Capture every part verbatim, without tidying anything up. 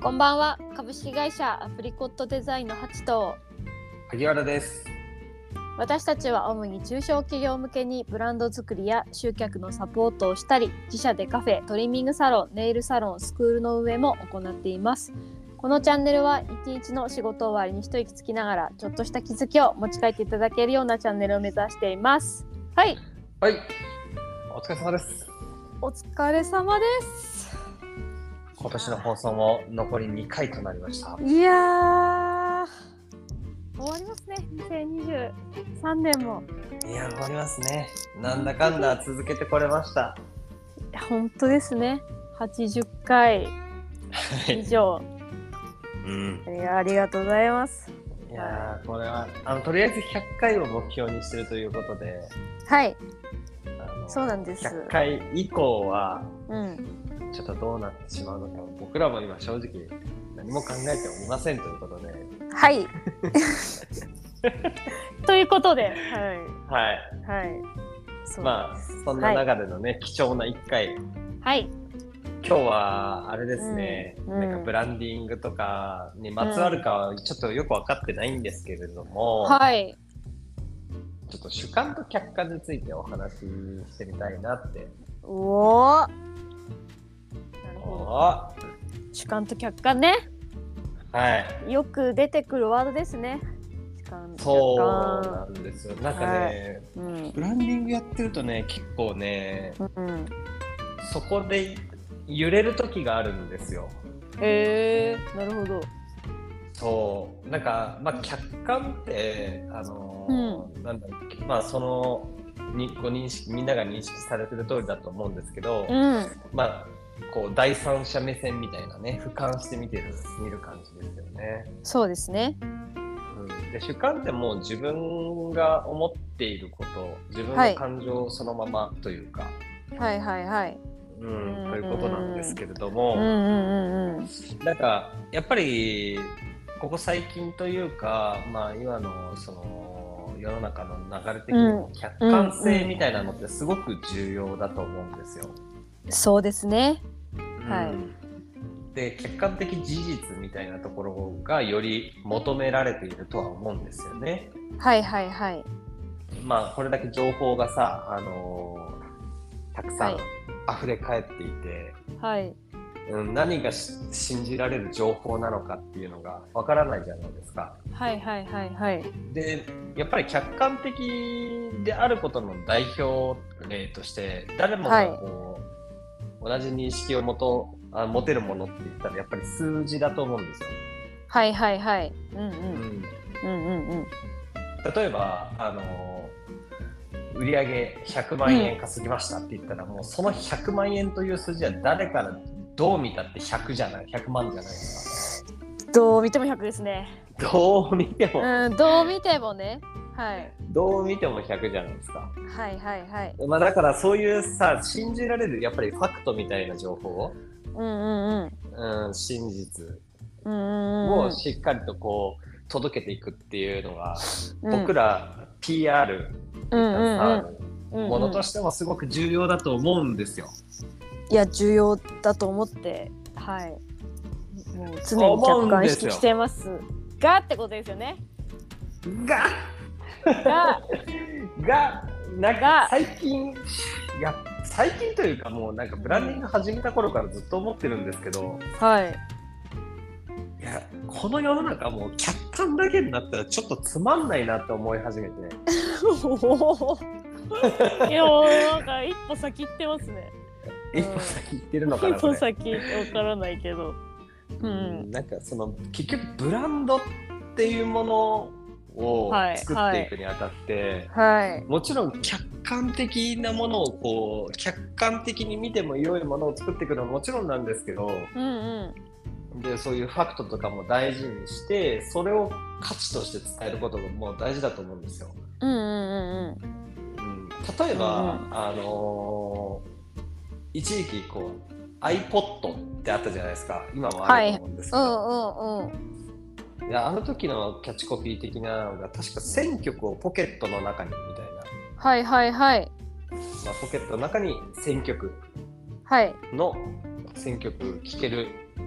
こんばんは。株式会社アプリコットデザインのハチと萩原です。 私たちは主に中小企業向けにブランド作りや集客のサポートをしたり、自社でカフェ、トリミングサロン、ネイルサロン、スクールの運営も行っています。このチャンネルは一日の仕事終わりに一息つきながらちょっとした気づきを持ち帰っていただけるようなチャンネルを目指しています。はいはい、お疲れ様です。 お疲れ様です。 今年の放送も残りにかいとなりました。 いやー終わりますね。にせんにじゅうさんねんもいや終わりますね。なんだかんだ続けてこれました。 本当ですね。はちじゅっかい以上うん、 いやありがとうございます。 いやこれはあのとりあえずひゃっかいを目標にしてるということで、 はいあのそうなんです。 ひゃっかい以降は、 うん、 ちょっとどうなってしまうのか、僕らも今正直何も考えておりませんということで、 はいということで、はいはいはい、そうまあそんな中でのね、はい、貴重ないっかい、 はい、 今日はあれですね、 うん、 なんかブランディングとかにまつわるかはちょっとよく分かってないんですけれども、 うん、はい、 ちょっと主観と客観についてお話ししてみたいなって。 おー、なるほど。主観と客観ね。 はい。 よく出てくるワードですね。主観、 そうなんですよ。なんかね、 はい、うん、 ブランディングやってるとね、結構ね、うん、そこで揺れる時があるんですよ。 へー、なるほど。 そうなんか、まあ、客観ってあのーうん、なんだろう、まあそのにご認識みんなが認識されてる通りだと思うんですけど、うん、まあこう第三者目線みたいなね、俯瞰して見てる見る感じですよね。 そうですね。 うん、で主観ってもう自分が思っていること、自分の感情そのままというか、 はい、はいはいはいうん、ということなんですけれども、なんかやっぱりここ最近というか、まあ、今のその世の中の流れ的に客観性みたいなのってすごく重要だと思うんですよ。 うん、そうですね、うん、はい。 で客観的事実みたいなところがより求められているとは思うんですよね。 はいはいはい。 まあこれだけ情報がさ、あのー、たくさん溢れ返っていて、はい、うん、何が信じられる情報なのかっていうのがわからないじゃないですか。 はいはいはいはい。 でやっぱり客観的であることの代表例として誰もがこう、はい、同じ認識をもとあ持てるものって言ったらやっぱり数字だと思うんですよ。 はいはいはい。うんうん。うんうんうん。 例えばあの売上ひゃくまんえん稼ぎましたって言ったら、うん、もうそのひゃくまんえんという数字は誰からどう見たってひゃくじゃない、ひゃくまんじゃないですか。 どう見てもひゃくですね。 どう見ても、 うん、どう見てもね、はい。 どう見てもひゃくじゃないですか。 はいはいはい。 まあだからそういうさ、信じられるやっぱりファクトみたいな情報、 うんうんうん、 うん、真実をしっかりとこう届けていくっていうのが、うん、僕ら ピーアール みたいなものとしてもすごく重要だと思うんですよ。 いや重要だと思って、はい、もう常に客観意識してますがってことですよね。 がががなんか最近いや最近というかもうなんかブランディング始めた頃からずっと思ってるんですけど、はい。いやこの世の中もう客観だけになったらちょっとつまんないなって思い始めて。 いやなんか一歩先行ってますね。 一歩先行ってるのかな。 一歩先わからないけど、 うん、なんかその結局ブランドっていうものを作っていくにあたって、はいはい、もちろん客観的なものをこう客観的に見ても良いものを作っていくのはもちろんなんですけど、うんうん、でそういうファクトとかも大事にしてそれを価値として伝えることも大事だと思うんですよ。うんうんうんうん、例えば、うんうん、あのー一時期こう iPod ってあったじゃないですか。今もあると思うんですけど、はいうんうんうん、いやあの時のキャッチコピー的なのが確かせんきょくをポケットの中にみたいな、 はいはいはい、 まあ、ポケットの中にせんきょくのせんきょく聴ける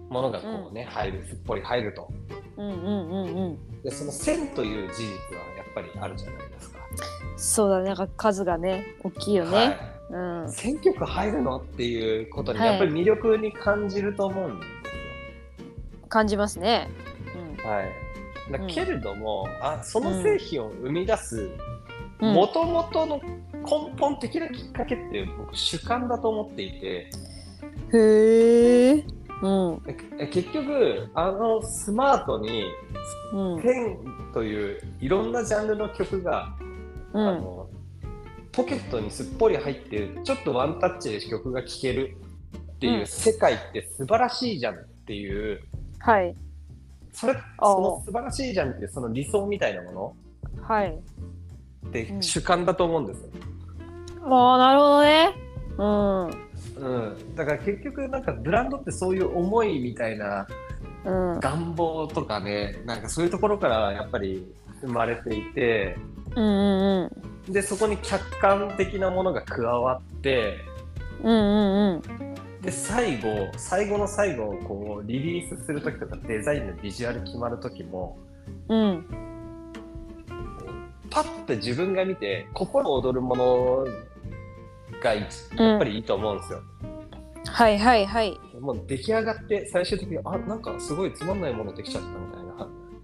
ものがこうね、うん、入るすっぽり入ると、 うんうんうんうん、 でそのせんという事実はやっぱりあるじゃないですか。 そうだね、なんか数がね大きいよね、はい、 うん、せんきょく入るのっていうことにやっぱり魅力に感じると思うんですよ、 はい、感じますね、 うん、はい。だけれども、うん、あその製品を生み出すもともとの根本的なきっかけって僕主観だと思っていて、 へー、うん、 結局あのスマートにせんといういろんなジャンルの曲が、うん、あのポケットにすっぽり入ってちょっとワンタッチで曲が聴けるっていう世界って素晴らしいじゃんっていう、うん、 はい、 それその素晴らしいじゃんっていうその理想みたいなもの、 はい、 って主観だと思うんですよ。 うん、ああ、なるほどね。うん。 うん。だから結局なんかブランドってそういう思いみたいな願望とかね、うん、なんかそういうところからやっぱり生まれていて、 うんうんうん、 でそこに客観的なものが加わって、 うんうんうん、 で最後最後の最後こうリリースする時とかデザインのビジュアル決まる時も、 うん。 パッて自分が見て心躍るものがやっぱりいいと思うんですよ、 うん、はいはいはい。 もう出来上がって最終的にあなんかすごいつまんないものできちゃったみたいな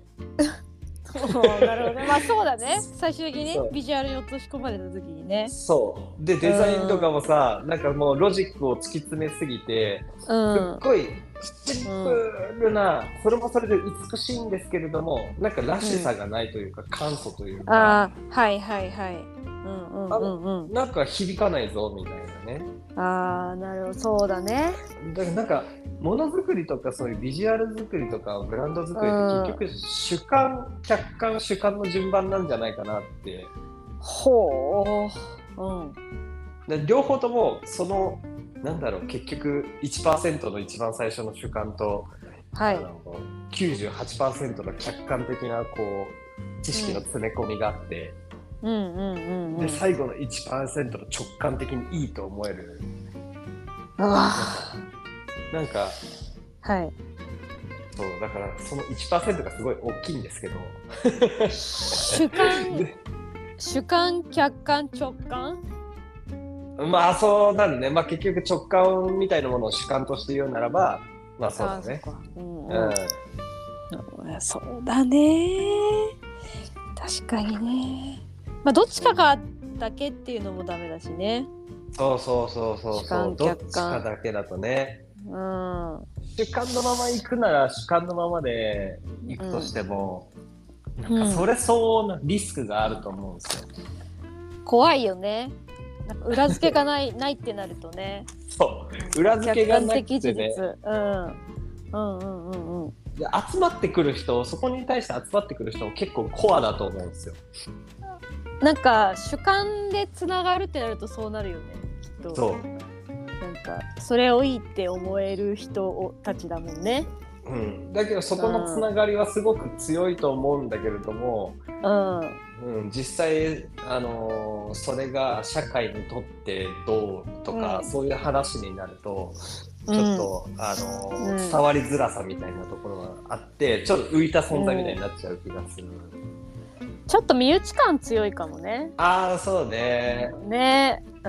なるほどね。まあそうだね、最終的にねビジュアルに落とし込まれた時にね、 そうでデザインとかもさ、うん、なんかもうロジックを突き詰めすぎて、うん、すっごいシンプルな、うん、それもそれで美しいんですけれどもなんからしさがないというか、うん、簡素というか、 あはいはいはい、うんうんうんうん、 なんか響かないぞみたいなね。 ああ、なるほど、そうだね。 だからなんかものづくりとかそういうビジュアル作りとかブランド作りって結局主観客観主観の順番なんじゃないかなって。 ほう、うん、 で両方ともそのなんだろう結局 いちパーセント の一番最初の主観と、はい、あの きゅうじゅうはちパーセント の客観的なこう知識の詰め込みがあって、うんうんうんうん、で最後の いちパーセント の直感的にいいと思える。あなんか、はい、そうだからその いちパーセント がすごい大きいんですけど主観主観客観直感まあそうなるね、まあ、結局直感みたいなものを主観として言うならばまあそうだね。 うんうんうん、そうだね、確かにね、まあどっちかがだけっていうのもダメだしね。 そうそうそうそうそうどっちかだけだとね、うん、主観のまま行くなら主観のままで行くとしても、うん、なんかそれ相応なリスクがあると思うんですよ、 うん、怖いよね。なんか裏付けがないないってなるとね。 そう裏付けがなくてね、 うん、うんうんうんうんで集まってくる人そこに対して集まってくる人も結構コアだと思うんですよ。 なんか主観でつながるってなるとそうなるよねきっと。 そうなんかそれをいいって思える人たちだもんね。 うん、だけどそこのつながりはすごく強いと思うんだけれども、うんうん、実際、あのー、それが社会にとってどうとか、うん、そういう話になるとちょっと、うんあのーうん、伝わりづらさみたいなところがあってちょっと浮いた存在みたいになっちゃう気がする、 うん、ちょっと身内感強いかもね。 ああそうねねうん、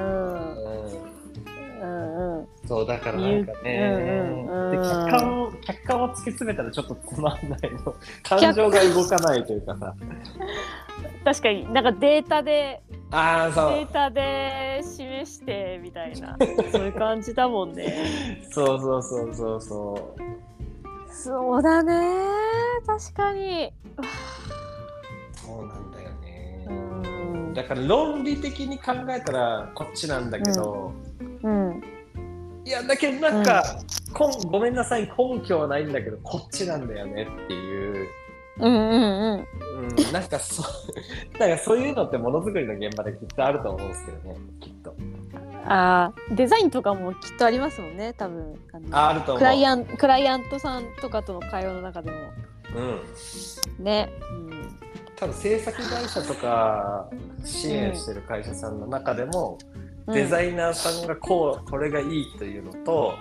うんうんうん、そうだからなんかね、うんうんうん、で客観を客観を突き詰めたらちょっとつまんないの感情が動かないというかさ確かになんかデータであそうデータで示してみたいなそういう感じだもんねそうそうそうそうそうそうだね確かにそうなんだよね。うんだから論理的に考えたらこっちなんだけど、うんうん、いやだけどなんか、うん、ごめんなさい根拠はないんだけどこっちなんだよねっていううんうんうん、うん、なんかそだからそういうのってものづくりの現場できっとあると思うんですけどねきっと。 あデザインとかもきっとありますもんね多分。あのああると思う。 クライアンクライアントさんとかとの会話の中でも、うん、ね、うん、 多分制作会社とか支援してる会社さんの中でも、うん、デザイナーさんがこうこれがいいというのと、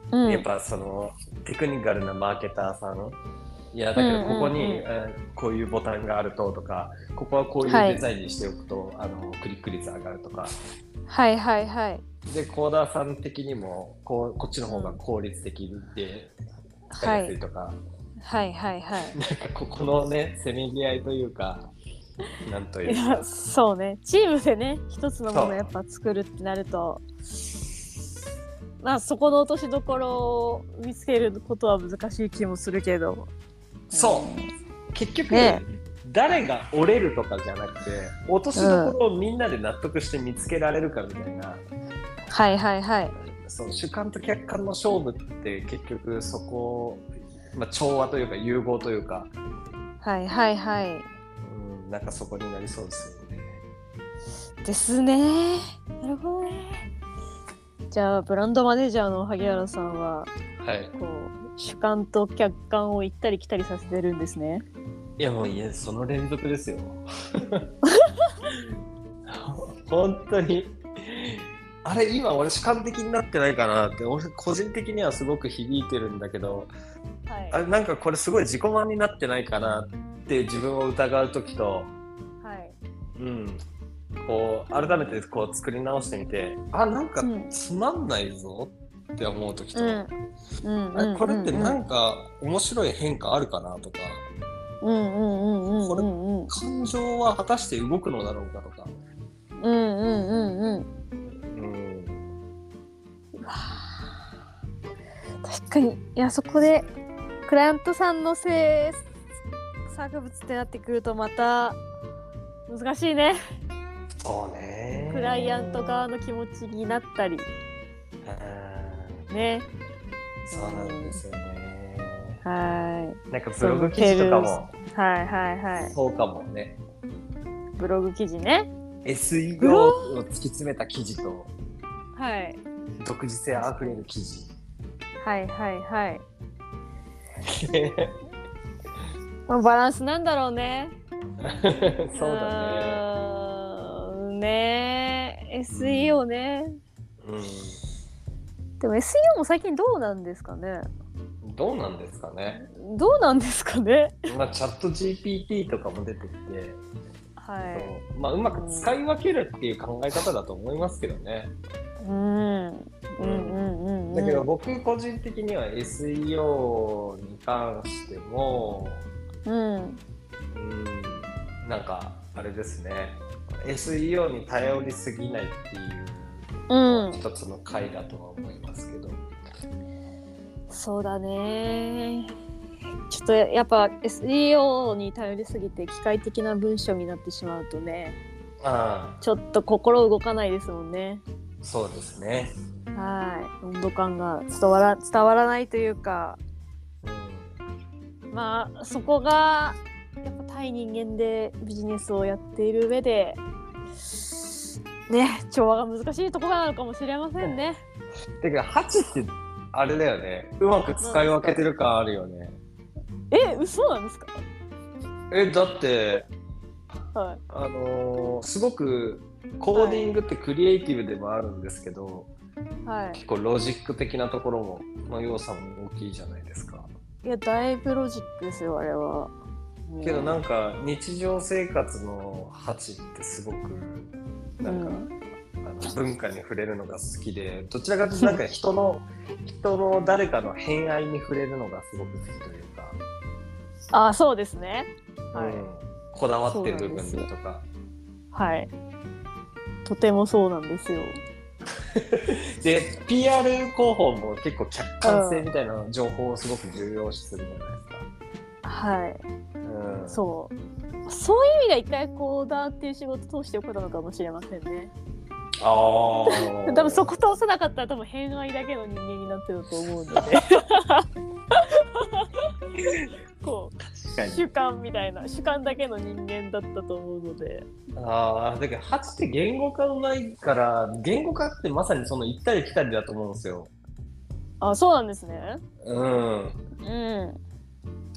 うん、やっぱそのテクニカルなマーケターさん、いやだけどここに、うんうんうんえー、こういうボタンがあるととか、ここはこういうデザインにしておくと、はい、あのクリック率上がるとか、 はいはいはい。 でコーダーさん的にもこうこっちの方が効率的で使いやすいとか、 はい、はいはいはいなんかここのねせめぎ合いというか、なんというか、いやそうね、チームでね一つのものをやっぱ作るってなると、まあそこの落としどころを見つけることは難しい気もするけど、 そう、うん、結局、ね、誰が折れるとかじゃなくて落としどころをみんなで納得して見つけられるかみたいな、うん、 はいはいはい、 その主観と客観の勝負って結局そこ、まあ、調和というか融合というか、 はいはいはい、 うん、なんかそこになりそうですよね。 ですね。なるほどね。じゃあブランドマネージャーの萩原さんは、はい、こう主観と客観を行ったり来たりさせてるんですね。 いやもういやその連続ですよ。本当にあれ今俺主観的になってないかなって俺個人的にはすごく響いてるんだけど、はい、あれなんかこれすごい自己満になってないかなって自分を疑う時と、はい、うん。こう改めてこう作り直してみて、あなんかつまんないぞって思う時と、うんうんうん、これってなんか面白い変化あるかなとか、これ感情は果たして動くのだろうかとか、うんうんうんうん、うん、 確かに。いやそこでクライアントさんの制作物ってなってくるとまた難しいね。 そうね、 クライアント側の気持ちになったりね。 そうなんですよね。 はい。 なんかブログ記事とかもはいはいはい。 そうかもね。 ブログ記事ね。 エスイーオー を突き詰めた記事と、 はい。 独自性あふれる記事。 はいはいはい。まあバランスなんだろうね。 そうだね。 ねえ エスイーオー ね、うん、でも エスイーオー も最近どうなんですかね。 どうなんですかね。 どうなんですかね。 まあチャット ジーピーティー とかも出てきて、はい、まあうまく使い分けるっていう考え方だと思いますけどね。うん、うんうんうんうん。だけど僕個人的には エスイーオー に関しても、うん、うん、なんかあれですね。エスイーオー に頼りすぎないっていう、うん、一つの回だとは思いますけど。 そうだね。ちょっとやっぱ エスイーオー に頼りすぎて機械的な文章になってしまうとね、あちょっと心動かないですもんね。 そうですね。 はい、温度感が伝わら、伝わらないというか、うん、まあそこがやっぱ対人間でビジネスをやっている上でね、調和が難しいところなのかもしれませんね。 てかはちってあれだよね、うまく使い分けてる感あるよね。 え、嘘なんですか。 え、だって、はい、あのー、すごくコーディングってクリエイティブでもあるんですけど、はい、結構ロジック的なところもの要素も大きいじゃないですか。いやだいぶロジックですよあれは。 けどなんか日常生活のハチってすごくなんか、うん、あの文化に触れるのが好きで、どちらかというとなんか人の人の誰かの偏愛に触れるのがすごく好きというか。 あ、そうですね。 はい。うん、こだわってる部分とか。 はい。とてもそうなんですよ。 で ピーアール 広報も結構客観性みたいな情報をすごく重要視するじゃないですか。 はい、うん、そうそういう意味では一回コーダーっていう仕事通してよかったのかもしれませんね。ああ多分そこ通さなかったら多分偏愛だけの人間になってると思うのでこう主観みたいな主観だけの人間だったと思うので。 ああだけどはちって言語化がないから言語化ってまさにその行ったり来たりだと思うんですよ。 あ、そうなんですね。 うんうん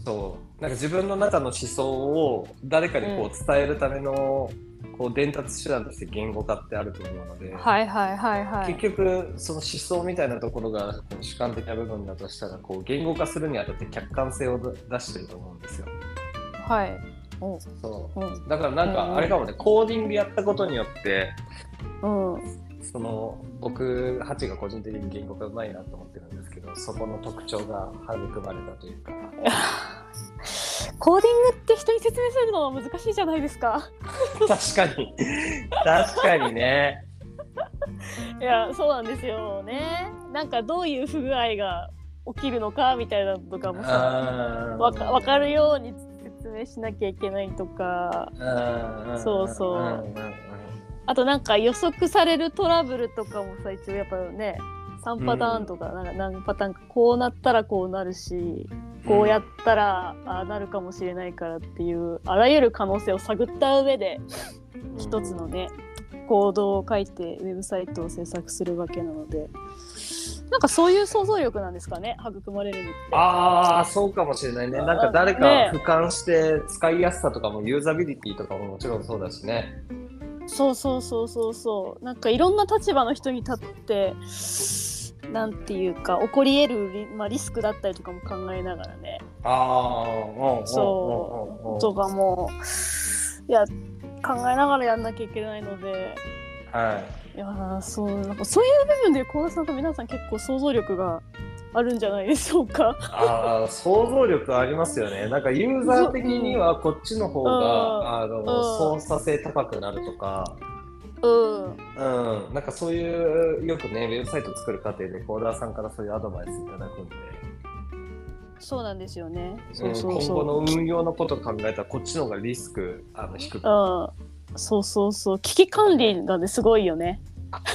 そうなんか自分の中の思想を誰かにこう伝えるための、うん、こう伝達手段として言語化ってあると思うので、 はいはいはいはい、 結局その思想みたいなところがこう主観的な部分だとしたらこう言語化するにあたって客観性を出してると思うんですよ。 はい。 うん、そう、うん、だからなんかあれかもね、うん、コーディングやったことによって、うん、その僕ハチが個人的に言語化うまいなと思ってるんですけど、そこの特徴が育まれたというかコーディングって人に説明するのは難しいじゃないですか確かに確かにねいやそうなんですよね。なんかどういう不具合が起きるのかみたいなのとかもさわか、わかるように説明しなきゃいけないとか、そうそうあとなんか予測されるトラブルとかもさ一応やっぱねさんパターンとか、うん、なんか何パターンかこうなったらこうなるしこうやったらああなるかもしれないからっていうあらゆる可能性を探った上で一つのねコードを書いてウェブサイトを制作するわけなので、なんかそういう想像力なんですかね育まれるのって。 ああそうかもしれないね。なんか誰か俯瞰して使いやすさとかもユーザビリティとかももちろんそうだしね。 そうそうそうそうそうなんかいろんな立場の人に立ってなんていうか起こり得るリ、まあ、リスクだったりとかも考えながらねああそうとかもいや考えながらやんなきゃいけないので、 はい、 いやそうなんかそういう部分で幸田さんと皆さん結構想像力があるんじゃないでしょうか。 あ想像力ありますよね。なんかユーザー的にはこっちの方があの操作性高くなるとか、うんうん、なんかそういうよくねウェブサイト作る過程でコーダーさんからそういうアドバイスいただくんで。 そうなんですよね。 そうそうそう今後の運用のことを考えたらこっちの方がリスクあの低く、 うん、そうそうそう危機管理がねすごいよね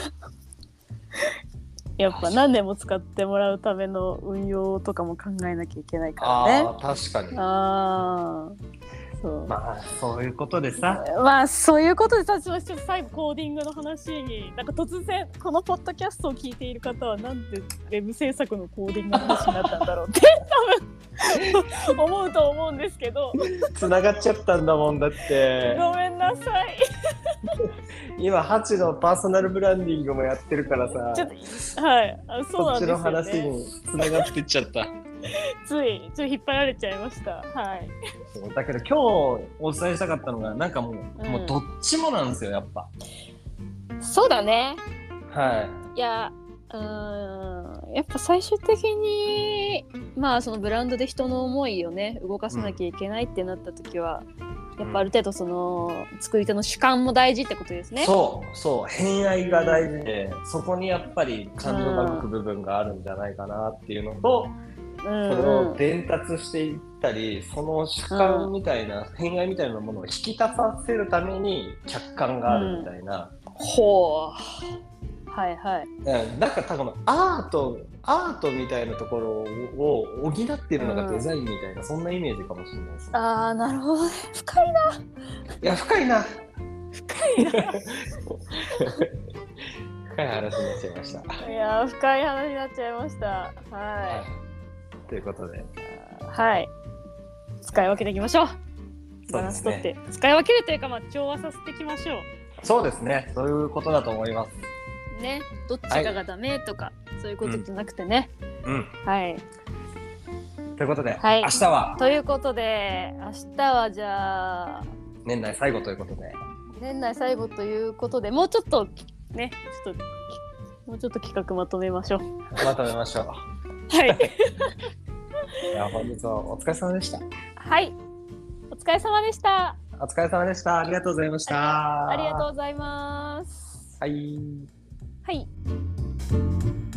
やっぱ何年も使ってもらうための運用とかも考えなきゃいけないからね。 あ確かにあそうまあそういうことでさまあそういうことでさちょっと最後コーディングの話になんか突然このポッドキャストを聞いている方はなんでウェブ制作のコーディングの話になったんだろうって多分思うと思うんですけど繋がっちゃったんだもんだってごめんなさい今ハチのパーソナルブランディングもやってるからさちょっとはいあそうなんですよね、 こっちの話に繋がってっちゃったついちょっと引っ張られちゃいましたはいそうだけど今日お伝えしたかったのがなんかもう、うん、もうどっちもなんですよやっぱ。 そうだねはいいやうーんやっぱ最終的にまあそのブランドで人の思いをね動かさなきゃいけないってなった時は、うん、やっぱある程度その作り手の主観も大事ってことですね。 そうそう偏愛が大事で、うん、そこにやっぱり感情が動く部分があるんじゃないかなっていうのと、うん、それを伝達していったりその主観みたいな、うん、偏愛みたいなものを引き立たせるために客観があるみたいな、 うん、ほうはいはい、 うん、なんか多分アートアートみたいなところを補っているのがデザインみたいな、うん、そんなイメージかもしれないですね。 ああなるほどね深いな。いや深いな深いな深い話になっちゃいました。 いや深い話になっちゃいました。はい、はい、 ということではい使い分けていきましょう。バランスとって、ね、使い分けるというか、まあ、調和させていきましょう。 そうですねそういうことだと思いますね、どっちかがダメとか、はい、そういうことじゃなくてね、 うん、 はいということで、 はい、 明日はということで明日はじゃあ年内最後ということで年内最後ということでもうちょっとねちょっともうちょっと企画まとめましょうまとめましょうはいいや本日はお疲れ様でした。 はいお疲れ様でしたお疲れ様でしたありがとうございましたありがとうございますはいはい。